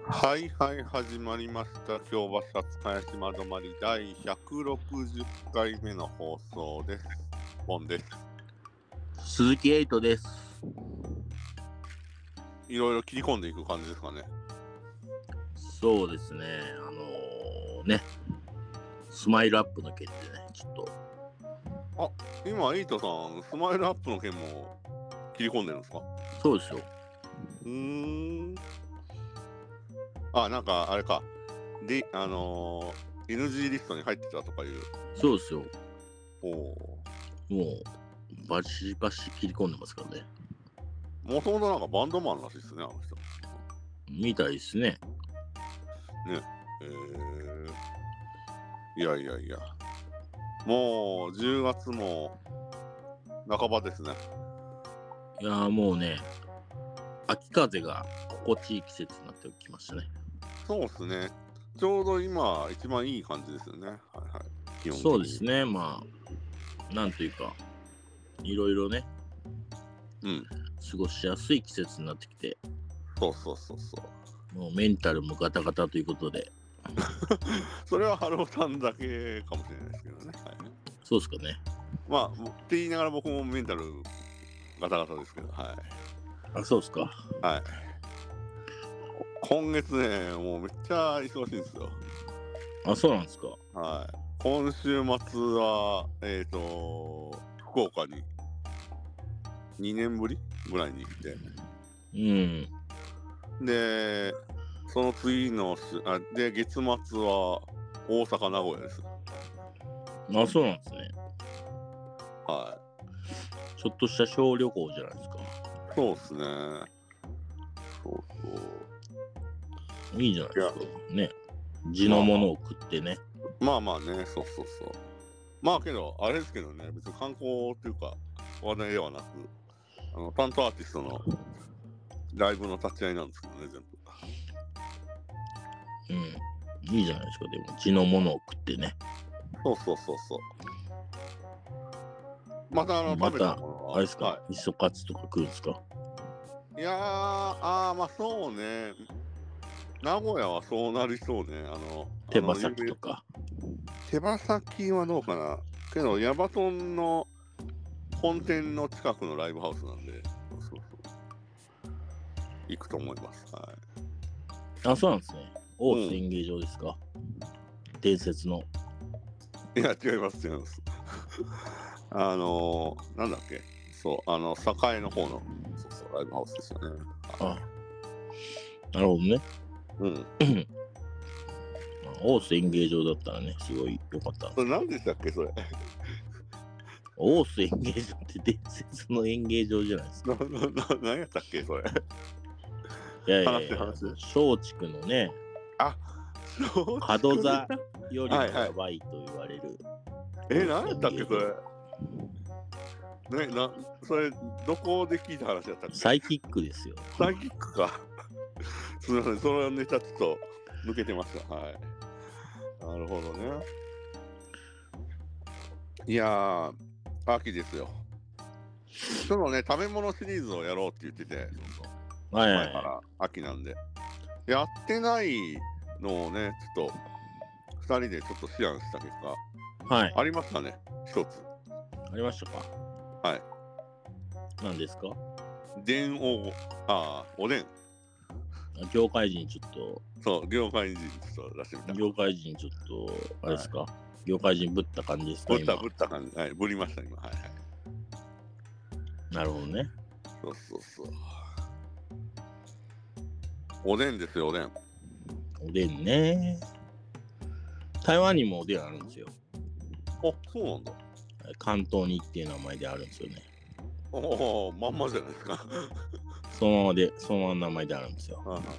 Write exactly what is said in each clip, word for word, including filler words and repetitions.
はいはい、始まりました。京橋勝茅島止まりだいひゃくろくじゅっかいめの放送です。ボンです。 鈴木エイトです。 いろいろ切り込んでいく感じですかね。 そうですね。あのー、ね、スマイルアップの件でね、ちょっと。 あ、今、エイトさん、スマイルアップの件も切り込んでるんですか？ そうですよ。 うーん。あ、なんか、あれか。で、あのー、エヌジー リストに入ってたとかいう。 そうですよ。 おお。 もう、バシバシ切り込んでますからね。 もともとなんかバンドマンらしいですね、あの人。 みたいですね。 ね。えー、いやいやいや。もう、じゅうがつも半ばですね。 いやーもうね、秋風が心地いい季節になってきましたね。 そうですね。ちょうど今、一番いい感じですよね。はいはい。基本的に。 そうですね。まあ、なんというか、いろいろね、 うん。 過ごしやすい季節になってきて、 そうそうそうそう。 もうメンタルもガタガタということで。 それはハローさんだけかもしれないですけどね。はい、 そうですかね。 まあ、って言いながら僕もメンタルガタガタですけど、はい。 あ、そうですか。 はい。今月ね、もうめっちゃ忙しいんですよ。 あ、そうなんですか。 はい。今週末は、えっ、ー、と、福岡ににねんぶりぐらいに行って。 うん。 で、その次の週、あ、で、月末は大阪、名古屋です。 あ、そうなんですね。 はい。ちょっとした小旅行じゃないですか。 そうっすね。そうそう。 いいじゃないですか。ね。地のものを食ってね。 まあまあね、そうそうそう。まあけど、あれですけどね、別に観光っていうか、話題ではなく、あの、担当アーティストのライブの立ち会いなんですけどね、全部。 うん。いいじゃないですか。でも、地のものを食ってね。 そうそうそうそう。またあの、 ま食べたた、 ものは、 あれですか、 は磯カツとか食うんですか？ い。いやー、あー、まあそうね。名古屋はそうなりそうね。あの、 手羽先とか。 手羽先はどうかな。けど、ヤバトンの本店の近くのライブハウスなんで、そうそうそう。行くと思います。はい。 あ、そうなんですね。大須演芸場ですか、うん、伝説の。 いや、違います、違います。あのー、なんだっけ、そう、あの、栄の方の、そうそう、ライブハウスですよね。 あ、なるほどね。 うん。 大須演芸場だったらね、すごい良かったんです。 それ何でしたっけ、それ。 大須演芸場って伝説の演芸場じゃないですか。 な、な、な、何やったっけ、それ。 いやいやいや、松竹のね、 あ、 門座よりもやばいと言われる。 はいはい、え、何やったっけ、それ。ね、な、それ、どこで聞いた話だったっけ。 サイキックですよ。 サイキックか。すみません、そのネタちょっと抜けてました。はい。なるほどね。いやー、秋ですよ。ちょっとね、食べ物シリーズをやろうって言ってて、そうそう、 はいはいはい、 前から秋なんで。やってないのをね、ちょっとふたりでちょっと思案した結果、 はい、 ありましたね、一つ。 ありましたか。 はい。 何ですか。 でんお、ああ、おでん。 業界人ちょっと。 そう、業界人ちょっと出してみた。 業界人ちょっと、あれですか、はい、業界人ぶった感じですか。 ぶったぶった感じ。はい、ぶりました、今。はいはい。 なるほどね。 そうそうそう。おでんですよ、おでん。 おでんね。台湾にもおでんあるんですよ。 あ、そうなんだ。 関東にっていう名前であるんですよね。 おお、まんまじゃないですか。 そのままで、そのままの名前であるんですよ。 はいはいはい。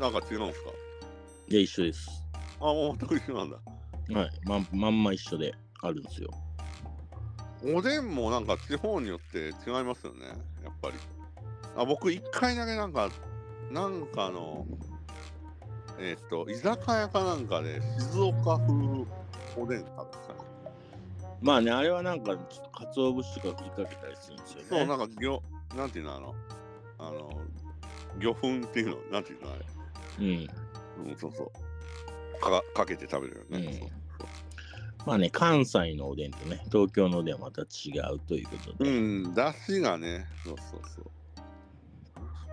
なんか違うんですか。 いや、一緒です。 あ、もう全く一緒なんだ。 はい、ま、まんま一緒であるんですよ。 おでんもなんか地方によって違いますよね、やっぱり。あ、僕一回だけなんか、なんかの、えっと、居酒屋かなんかで静岡風おでん食べてたね。 まあね、あれはなんかちょっと鰹節とか振りかけたりするんですよね。 そう、なんかぎょ、なんていうの、あの、あの、 魚粉っていうの、なんていうのあれ。 うん。 うん、そうそう。かかけて食べるよね。 うんそうそう。 まあね、関西のおでんとね、東京のおでんはまた違うということで。 うん、だしがね、そうそうそう。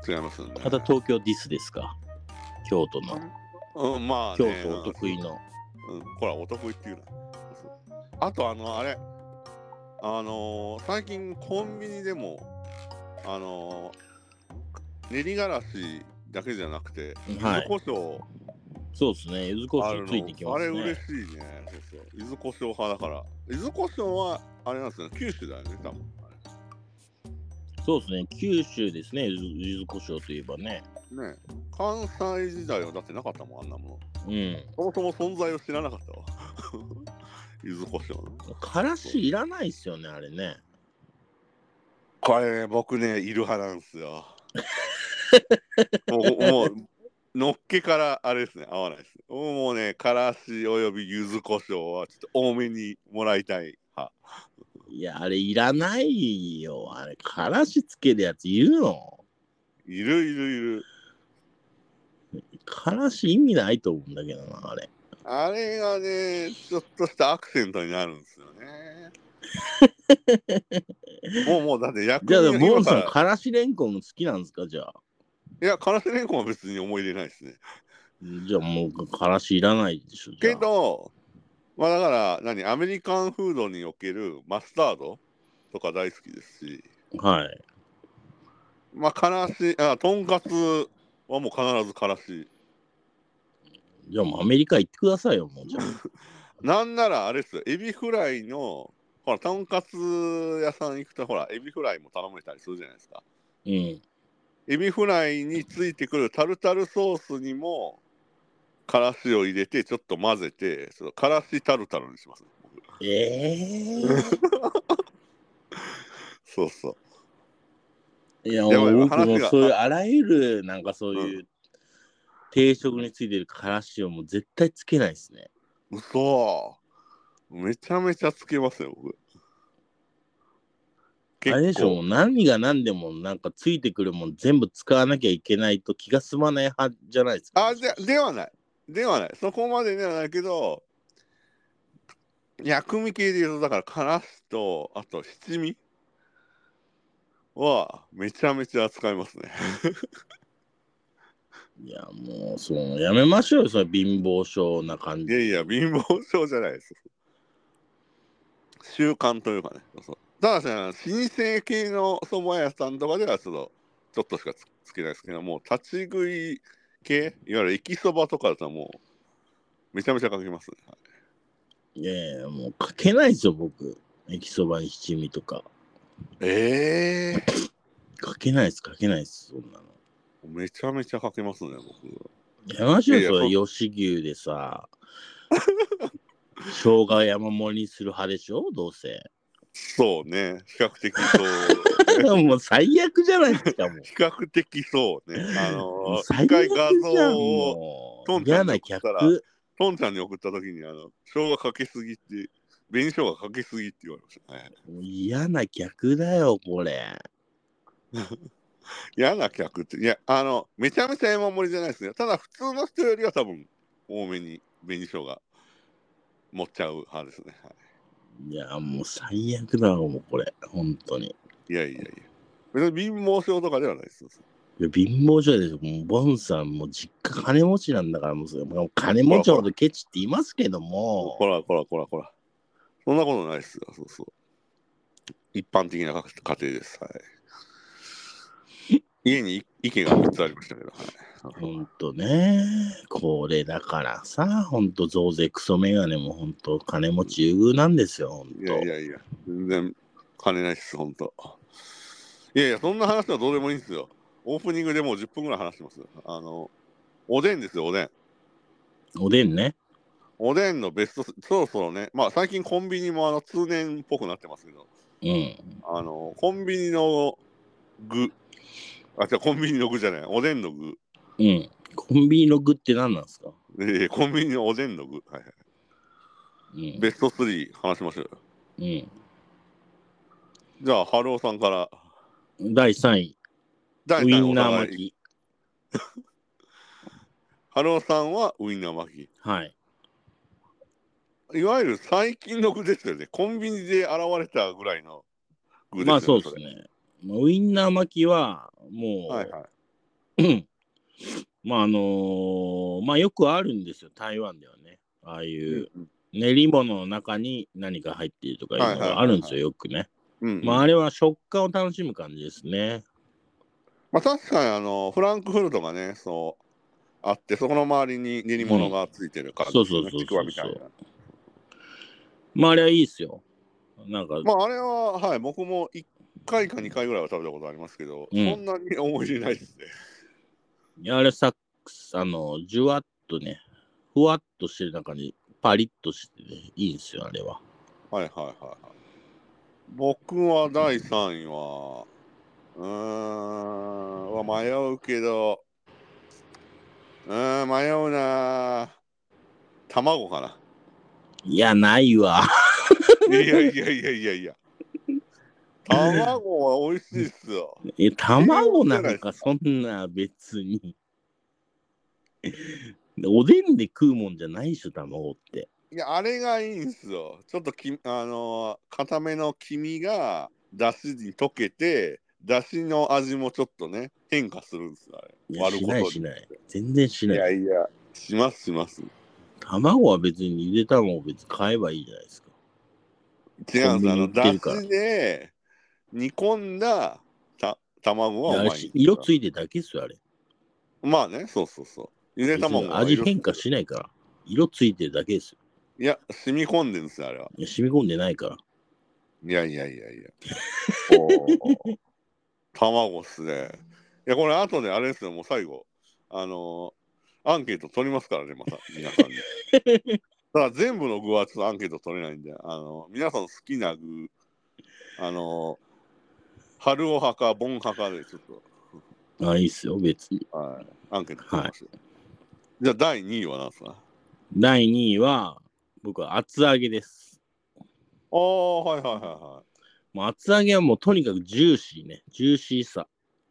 違いますよね。 また東京ディスですか。京都の。 うん、まあね。 京都お得意の。 うん、ほら、お得意っていうな。あと、あの、あれ、あのー、最近コンビニでも、あのー、練りがらしだけじゃなくて、柚子胡椒そうですね、柚子胡あるの、 椒ついてきますね。 あれ嬉しいね。そうそう。柚子胡椒派だから。柚子胡椒は、あれなんですよね、九州だよね、多分。 そうですね、九州ですね、柚子柚子胡椒といえばね。 ね、関西時代はだってなかったもん、あんなもの。 うん。 そもそも存在を知らなかったわ。柚子胡椒の。 からしいらないっすよね、あれね。 これね、僕ね、いる派なんですよ。もう、もう、のっけからあれですね、合わないです。もうね、からしおよび柚子胡椒はちょっと多めにもらいたい派。 いや、あれいらないよ。あれ、からしつけるやついるの？ いるいるいる。 からし意味ないと思うんだけどな、あれ。 あれがね、ちょっとしたアクセントになるんですよね。もうもうだって薬じゃあ、 味ボンさん、 今から、 からしれんこん好きなんですか、じゃあ。 いや、からしれんこんは別に思い入れないですね。 じゃあ、もう、からしいらないでしょ、じゃけあ。 ど、まあだから、何、アメリカンフードにおけるマスタードとか大好きですし、 はい。 まあ、からし、あ、とんかつはもう必ずからし。 じゃあ、もうアメリカ行ってくださいよ、もうじゃあ。 なんならあれですよ、エビフライの、ほら、とんかつ屋さん行くと、ほら、エビフライも頼めたりするじゃないですか。 うん。 エビフライについてくるタルタルソースにも、からしを入れて、ちょっと混ぜて、そのからしタルタルにします、ね。 ええそうそー。いや、 う。やばいやばい、 もう僕も話が。 そういうあらゆる、なんかそううん。 いう定食についてるからしをもう絶対つけないですね。 嘘。めちゃめちゃつけますよ、僕。結あれでしょ、も構。 う何が何でもなんかついてくるもん全部使わなきゃいけないと気が済まない派じゃないですか。 あ、で、ではない。ではない。そこまでではないけど、薬味系で言うと、だから、からしと、あと七味は、めちゃめちゃ使いますね。 いや、もう、そう、やめましょうよ、それ貧乏症な感じ。 いやいや、貧乏症じゃないです。習慣というかね。そうそう、ただし、老舗系の蕎麦屋さんとかでは、ちょっと、ちょっとしか つ, つけないですけど、もう立ち食い系、いわゆる駅そばとかだともう、めちゃめちゃかけますね。はいいやいや、もうかけないですよ、僕。駅そばに七味とか。 ええかけないです、かけないです、そんなの。 ー、めちゃめちゃかけますね、僕。 やめましょうよ、 いやいや、 それ、吉牛でさ、生姜山盛りにする派でしょ、どうせ。 そうね、比較的そう、ね。 もう最悪じゃないですか、もう。 比較的そうね。あのー、一もう最回画像悪じゃん、 をもう。 トンちゃんに嫌な送ったら、 客。 トンちゃんに送った時に、あの、生姜かけすぎって、紅生姜かけすぎって言われましたね。 もう嫌な客だよ、これ。 嫌な客って、いや、あの、めちゃめちゃ山盛りじゃないですね。ただ、普通の人よりは多分、多めに紅生姜持っちゃう派ですね。はいいや、もう最悪だわ、もうこれ。本当に。 いやいやいや。別に貧乏症とかではないです。 いや貧乏症ですよ。もうボンさん、もう実家金持ちなんだから、もうそれもう金持ちほどケチって言いますけども。 こらこらこらこら。そんなことないですよ。そうそう。一般的な家庭です。はい。家に池がみっつありましたけど。はい。 ほんとね。これだからさ、ほんと増税クソメガネもほんと金持ち優遇なんですよ、ほんと。 いやいやいや、全然金ないっす、ほんと。いやいや、そんな話はどうでもいいんですよ。オープニングでもうじゅっぷんぐらい話してます。あの、おでんですよ、おでん。 おでんね。 おでんのベスト、そろそろね、まあ最近コンビニもあの通年っぽくなってますけど、 うん。 あの、コンビニの具、あ、じゃコンビニの具じゃない、おでんの具。 うん。コンビニの具って何なんですか？ えー、コンビニのおでんの具。はいはい。 うん。 ベストスリー話しましょうよ。 うん。 じゃあ、春尾さんから。 だいさんい、 だいさんい、 ウインお互い。 ナー巻き。 春尾さんはウインナー巻き。 はい。 いわゆる最近の具ですよね。コンビニで現れたぐらいの具まあですよね。 そうですね。まあウインナー巻きは、もう、 はいはい。 まああのーまあよくあるんですよ、台湾ではね。ああいううんうん、 練り物の中に何か入っているとかいうのがあるんですよ、よくね。 うんうん、 まああれは食感を楽しむ感じですね。 まあ確かにあのフランクフルトがね、そうあって、そこの周りに練り物がついてる感じですよね。 そうそうそうちくわそうそう。 みたいな。 まああれはいいですよ。なんか、 まああれは、はい、僕もいっかいかにかいぐらいは食べたことありますけど、 うん。 そんなに思い入れないですね。 いやあれさ、あの、じゅわっとね、ふわっとしてる中にパリッとしてね、いいんですよ、あれは。 はいはいはいはい。僕はだいさんいは、うーん、は迷うけど、うーん、迷うな。卵かな。 いや、ないわ。 いやいやいやいやいや。卵は美味しいっすよ。 え、 低卵温じなんかゃないですか。 そんな別に。おでんで食うもんじゃないでしょ、卵って。 いや、あれがいいんすよ。ちょっとき、あのー、固めの黄身がだしに溶けて、だしの味もちょっとね、変化するんですよ、あれ。 いや、し割ることに。 ないしない。全然しいない。 やいや、しますします。 卵は別にゆで卵を別に買えばいいじゃないですか。 違うんです。あの、 コンビニ売ってだるから。 しで煮込んだた卵いや、あれはうまいんしですよ。 色ついてるだけっすよ、あれ。 まあね、そうそうそう。ゆで別に卵は味変化色ついてる。 しないから。色ついてるだけですよ。 いや、染み込んでるんですよ、あれは。 いや、染み込んでないから。 いやいやいやいや。おー、卵っすね。いや、これ後であれですよ、もう最後。あのーアンケート取りますからね、また、皆さんに。ただ全部の具はちょっとアンケート取れないんで、あのー皆さんの好きな具、あのー春尾派か、盆派かでちょっと、 あ、いいっすよ、別に。 はい、アンケート取りはい。 ますよ。じゃあだいにいは何ですか？ だいにいは、僕は厚揚げです。 ああ、はいはいはいはい。 もう厚揚げはもうとにかくジューシーね。ジューシーさ。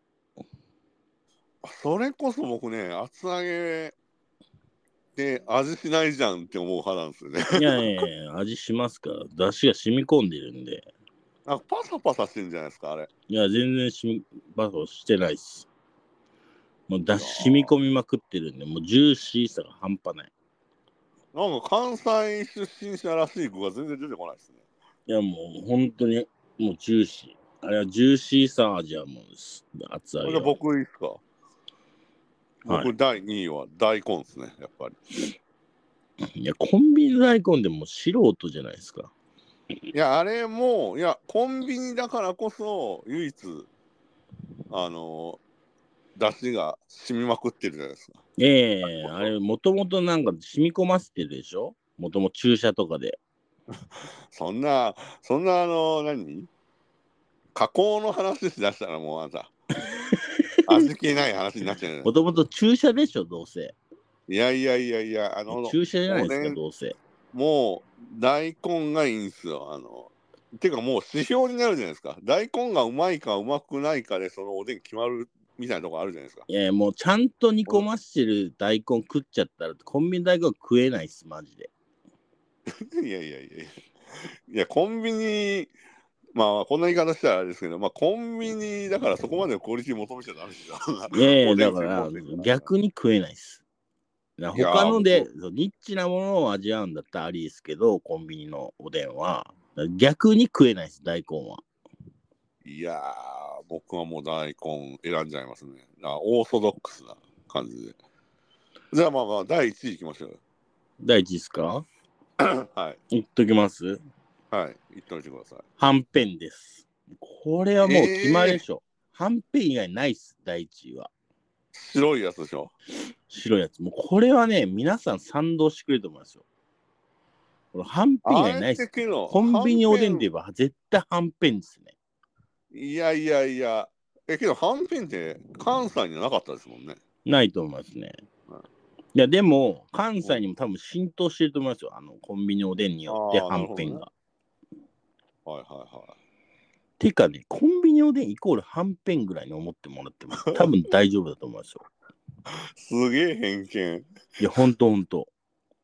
それこそ僕ね、厚揚げって味しないじゃんって思う派なんですよね。 いやいやいや、味しますから。出汁が染み込んでるんで。 なんかパサパサしてるんじゃないですか、あれ。 いや、全然染み、バカしてないっす。もう出いや汁染みー、 込みまくってるんで、もうジューシーさが半端ない。 なんか関西出身者らしい具が全然出てこないですね。 いや、もう本当に、もうジューシー。あれはジューシーさ味はもうです。厚揚じゃあげは。 僕いいっすか？ はい。 僕だいにいは大根ですね、やっぱり。 いや、コンビニ大根でも素人じゃないですか。 いや、あれも、いや、コンビニだからこそ、唯一、あのー、出汁が染みまくってるじゃないですか。 ええあれ、もともとなんか染み込ませてるでしょ、もともと注射とかで。 そんな、そんな、あのー、何加工の話しだしたらもうあんた、味気ない話になっちゃうじゃないですか。 もともと注射でしょ、どうせ。 いやいやいやいや、あの、 注射じゃないですか、 おでん、 どうせ。 もう大根がいいんすよ。あの、てかもう指標になるじゃないですか。大根がうまいかうまくないかでそのおでん決まるみたいなとこあるじゃないですか。 いやいや、もうちゃんと煮込ませてる大根食っちゃったら、コンビニ大根は食えないっす、マジで。 いやいやいやいや。いや、コンビニ、まあこんな言い方したらあれですけど、まあコンビニだからそこまでのクオリティ求めちゃダメですよ。 いやいや、 おでんだから専門店だから。 逆に食えないっす。だからいやーもう他ので、そうニッチなものを味わうんだったらありですけど、コンビニのおでんは。逆に食えないです、大根は。 いやー、僕はもう大根選んじゃいますね。あ、オーソドックスな感じで。じゃあまあまあ、だいいちいいきましょうよ。 第一ですか？ はい。 言っときます。 はい。言っといてください。 はんぺんです。これはもう決まりでしえょ。はんぺん以外ないっす、第一位は。 ー、白いやつでしょ。 白いやつ。もうこれはね、皆さん賛同してくれると思いますよ。このはんぺん以あれっ外ないっす。 てけど、 コンはんビニおでぺん、 んといえば絶対はんぺんですね。 いやいやいや、え、けど、はんぺんって関西にはなかったですもんね。 ないと思いますね。 はいいや、でも、関西にも多分浸透してると思いますよ。あの、コンビニおでんによってああ、 はなるほどね。 んぺんが。 はいはいはい。 てかね、コンビニおでんイコールはんぺんぐらいに思ってもらっても多分大丈夫だと思いますよ。 すげえ偏見。 いや、ほんとほんと。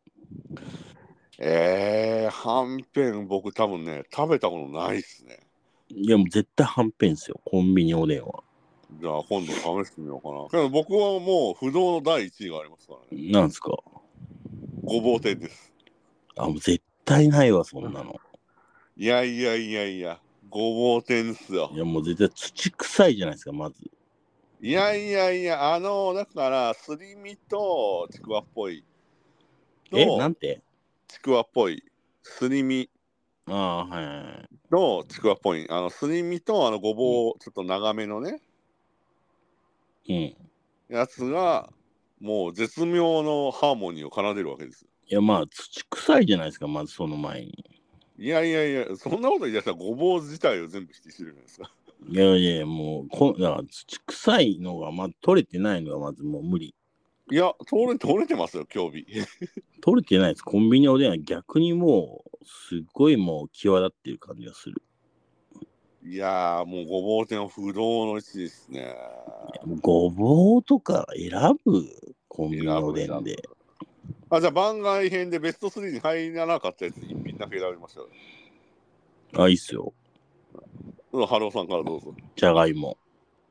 えー、はんぺん僕多分ね、食べたことないっすね。 いや、もう絶対はんぺんっすよ、コンビニおでんは。 じゃあ今度試してみようかな。けど僕はもう不動の第一位がありますからね。 なんすか。 ごぼう天です。 あ、もう絶対ないわ、そんなの。 いやいやいやいや、ごぼう天っすよい。や、もう絶対土臭いじゃないですか、まず。 いやいやいや、あの、だから、すり身とちくわっぽいえ、なと、 んて。 ちくわっぽい、すり身ああ、はいはいはい。 とちくわっぽい、あの、すり身とあのごうん。 ぼう、ちょっと長めのね、 うん。いやつが、もう絶妙のハーモニーを奏でるわけですよ。 や、まあ、土臭いじゃないですか、まずその前に。 いやいやいや、そんなこと言い出したらごぼう自体を全部否定してるじゃないですか。 いやいや、もう、こだから土臭いのが、まず取れてないのがまずもう無理。 いや、通れ、通れてますよ、今日日。 取れてないです。コンビニおでんは逆にもう、すっごいもう際立ってる感じがする。 いやー、もうごぼう天は不動の一位ですね。 いやもうごぼうとか選ぶコンビニお選ぶ選ぶ。 でんで。 あ、じゃあ番外編でベストスリーに入らなかったやついっぴんだけ選びましょう。 あ、いいっすよ。 うん、ハローさんからどうぞ。 じゃがいも。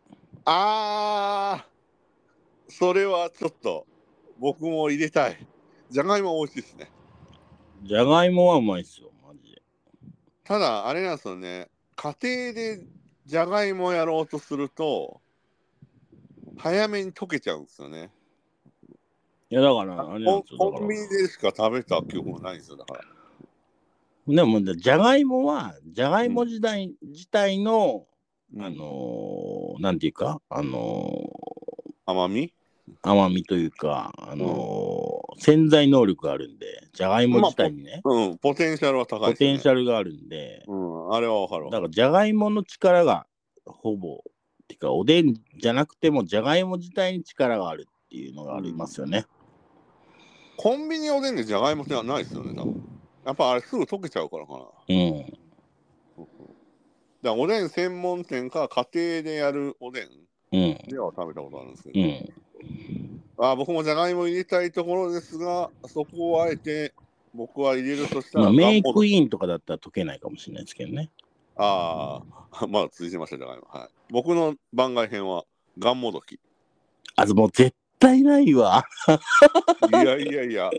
あー、それはちょっと僕も入れたい。じゃがいも美味しいですね。 じゃがいもはうまいっすよ、マジで。 ただ、あれなんですよね。家庭でじゃがいもやろうとすると、早めに溶けちゃうんですよね。 いや、だから、あれなんコンですよ。だから。 コンビニでしか食べた記憶もないんですよ、だから。 でも、じゃがいもは、じゃがいもうん自体、自体の、 うんあのーなんていうか、あの甘みー甘みというか、あうん。 のー潜在能力があるんで、じゃがいもまあ、ポ、 自体にね、 うん、ポテンシャルは高いポテンですよね。 シャルがあるんで、 うん、あれはわかるわかる。 だからじゃがいもの力がほぼ、てかおでんじゃなくてもじゃがいも自体に力があるっていうのがありますよね。 コンビニおでんでじゃがいもってないですよね、多分。やっぱあれすぐ溶けちゃうからかな。 うん。 だからおでん専門店か家庭でやるおでんうん。 では食べたことあるんですけど、 うん。 あ僕もじゃがいも入れたいところですが、そこをあえて僕は入れるとしたまあ、 らメイガンモドキ。 クイーンとかだったら溶けないかもしれないですけどね。 ああ、まだ続いてました、じゃがいも。はい。僕の番外編はガンモドキ。 あ、もう絶対ないわ。 いやいやいや。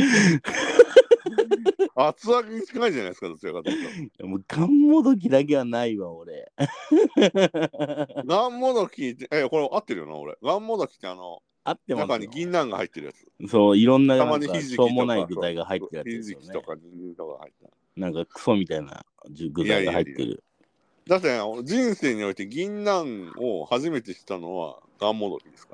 厚揚げに近いじゃないですか、どちらかというと。 もうガンモドキだけはないわ、俺。 ガンモドキって、え、これ合ってるよな、俺。ガンモドキってあの、 合ってます中によ。 銀杏が入ってるやつ。 そう、いろんなたなんまにひじかしょうもきとか、 ない具材が入そうってるやつひですよね。 じきとか人参とか入った。 なんかクソみたいな具いや材がいやいや。 入ってる。 だって人生において銀杏を初めて知ったのはガンモドキですから。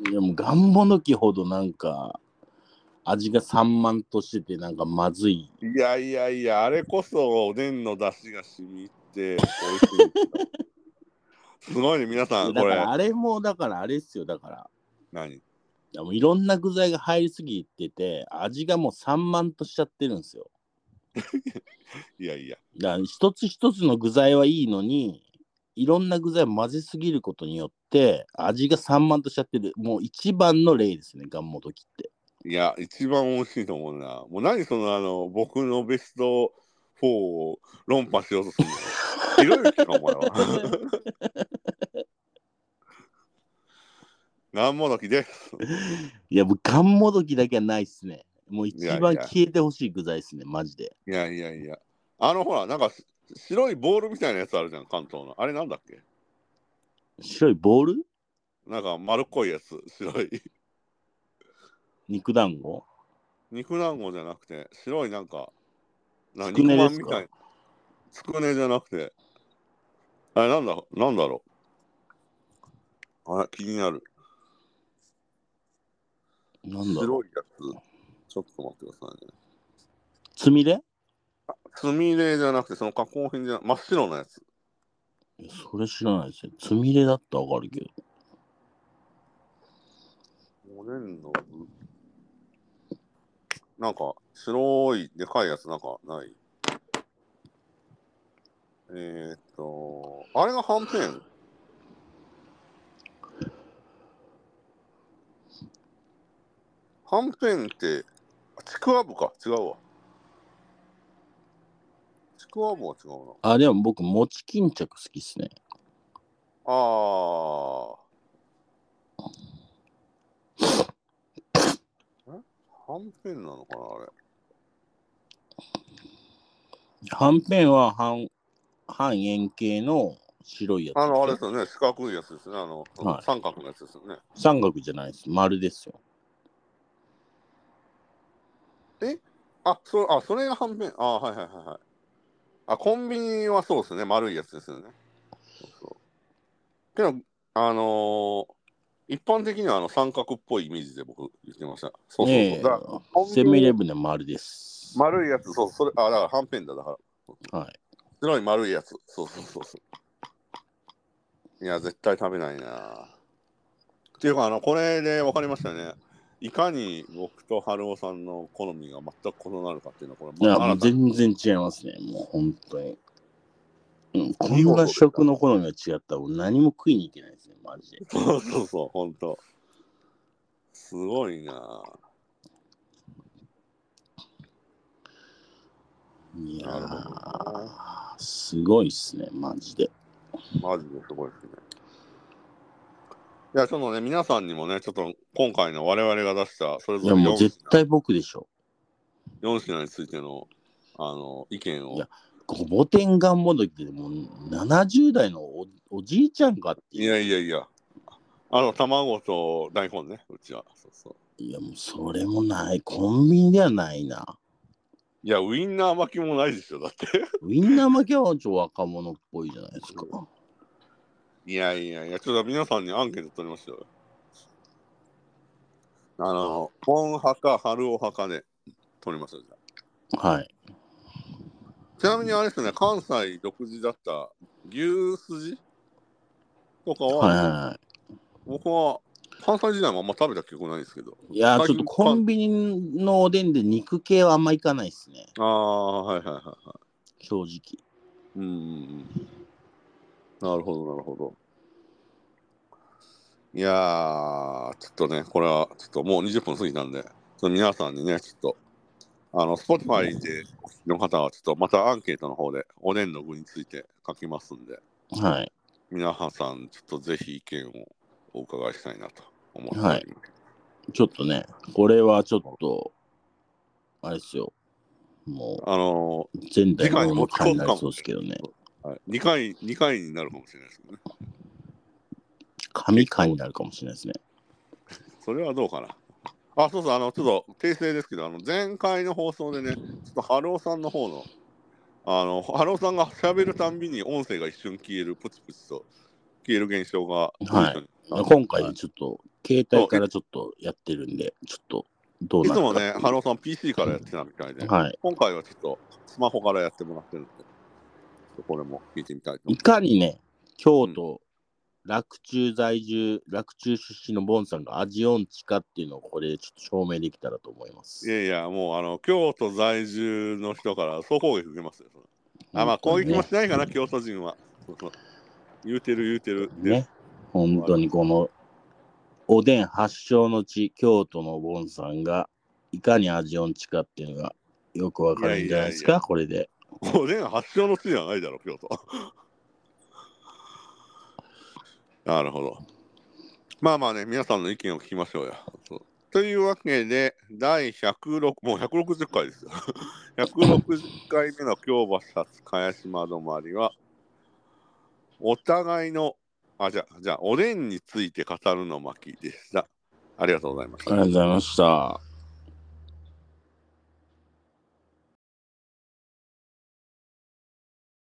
いやもうガンモドキほどなんか味が散漫としててなんかまずい。 いやいやいや、あれこそおでんの出汁が染みて美味しいんですよ。すごいね、皆さん、これ。 だからあれもだからあれっすよ、だから。 何もういろんな具材が入りすぎてて味がもう散漫としちゃってるんですよ。 いやいや。 だから一つ一つの具材はいいのにいろんな具材を混ぜすぎることによって味が散漫としちゃってる。もう一番の例ですね、ガンモドキって。 いや、一番美味しいと思うな。もう何そのあの、僕のベストフォーを論破しようとするの。ひろゆきか、お前は。ガンモドキです。 いや、もうガンモドキだけはないっすね。もう一番いやいや消えてほしい具材ですね、マジで。 いやいやいや。あのほら、なんかし白いボールみたいなやつあるじゃん、関東の。あれなんだっけ白いボールなんか丸っこいやつ、白い。 肉団子肉団子じゃなくて、白いなんか、なんか肉つくねですかまんみたいな。つくねじゃなくて、あれなんだ、なんだろう。あれ、気になる。 なんだろう。 白いやつ。ちょっと待ってくださいね。 つみれつみれじゃなくて、その加工品じゃ真っ白なやつ。 それ知らないですよ。つみれだったらわかるけど。 おでんの具。なんか、白いでかいやつなんかない。えー、っと、あれがはんぺん。 はんぺんって、ちくわぶか、違うわ。ちくわぶは違うな。 あ、でも僕、餅巾着好きっすね。 あー。えはんぺんなのかな、あれ。 はんぺんは半、半円形の白いやつですよ。 あの、あれですよね、四角いやつですね。あの、 はい、 三角のやつですよね。 三角じゃないです。丸ですよ。 えあ、そあ、それがはんぺん。あ、はいはいはいはい。あ、コンビニはそうですね、丸いやつですよね。そうそう。けど、あのー一般的にはあの三角っぽいイメージで僕言ってました。そうそうそう。 ええだからコンビセブンイレニブンで丸です。 丸いやつ、そう、それ、あ、だからはんぺんだ、だから。 はい。 白い丸いやつ。そうそうそうそう。いや、絶対食べないな。っていうか、あの、これで分かりましたね。いかに僕と春尾さんの好みが全く異なるかっていうのは、これ、 いや、もうまあ、新たに全然違いますね。もう本当に。うん、こんな見事でした食の好みが違ったらもう何も食いに行けないですね、マジで。 そうそうそう、本当。すごいな。 いやなるほどー、すごいっすね、マジで。 マジですごいですね。いや、ちょっとね、皆さんにもね、ちょっと今回の我々が出したそれいや、 ぞれもうよん絶対僕でしょ。 よん品についてのあの意見を。 いや、ごぼ天がんもどきってもうななじゅう代の お, おじいちゃんかっていう。 いやいやいや、あの、卵と大根ね、うちは。そうそう。 いや、もうそれもない。コンビニではないな。 いや、ウインナー巻きもないでしょ、だって。 ウインナー巻きはちょっと若者っぽいじゃないですか。 いやいやいや、ちょっと皆さんにアンケート取りましたよ。あの、ポン派か春尾派かで取りましたじゃはい。 ちなみにあれですね、関西独自だった牛すじとかは、 はいはいはい。 僕は関西時代もあんま食べた記憶ないですけど。 いや、 最近ちょっとコンビニのおでんで肉系はあんまいかないですね。 ああ、はいはいはいはい。 正直。 うんうんうん。なるほどなるほど。いやー、ちょっとね、これはちょっともうにじゅっぷん過ぎたんで、ちょっと皆さんにね、ちょっと、あの、Spotify での方はちょっとまたアンケートの方でおでんの具について書きますんで、 はい。 皆さんちょっとぜひ意見をお伺いしたいなと思っておはいります。 ちょっとね、これはちょっと、あれですよ。もあのう、前ー、次代未聞の回に持ち回になりそう越すかもですけどね。 はい、にかい、にかいになるかもしれないですけどね。 神回になるかもしれないですね。 それはどうかな。あ、そうそう、あの、ちょっと訂正ですけど、あの、前回の放送でね、ちょっと春尾さんの方の、あの、春尾さんが喋るたんびに音声が一瞬消える、プチプチと消える現象が随はい。 所にあったんで今回ちょっと、携帯からちょっとやってるんで、ちょっと、どうなるか。 いつもね、春尾さん ピーシー からやってたみたいで、 はい。 今回はちょっとスマホからやってもらってるんで、ちょっとこれも聞いてみたいと思いいます。 かにね、京都、洛中在住、洛中出身のボンさんが味音痴かっていうのをこれでちょっと証明できたらと思いまいす。 やいや、もうあの京都在住の人から総攻撃受けますよ。それあ、まあ攻撃も本当にねしないかな、京都人は。そうそう言うてる言うてる。 ね。本当にこのおでん発祥の地、京都のボンさんがいかに味音痴かっていうのがよくわかるんじゃないですか、 いやいやいやこれで。 おでん発祥の地じゃないだろ、京都。なるほど。まあまあね、皆さんの意見を聞きましょうよ。そうというわけで、だいひゃくろく、もうひゃくろくじゅっかいですよ。ひゃくろくじゅっかいめの京橋発茅島止まりは、お互いの、あ、じゃあ、じゃあ、おでんについて語るの巻でした。ありがとうございました。 ありがとうございました。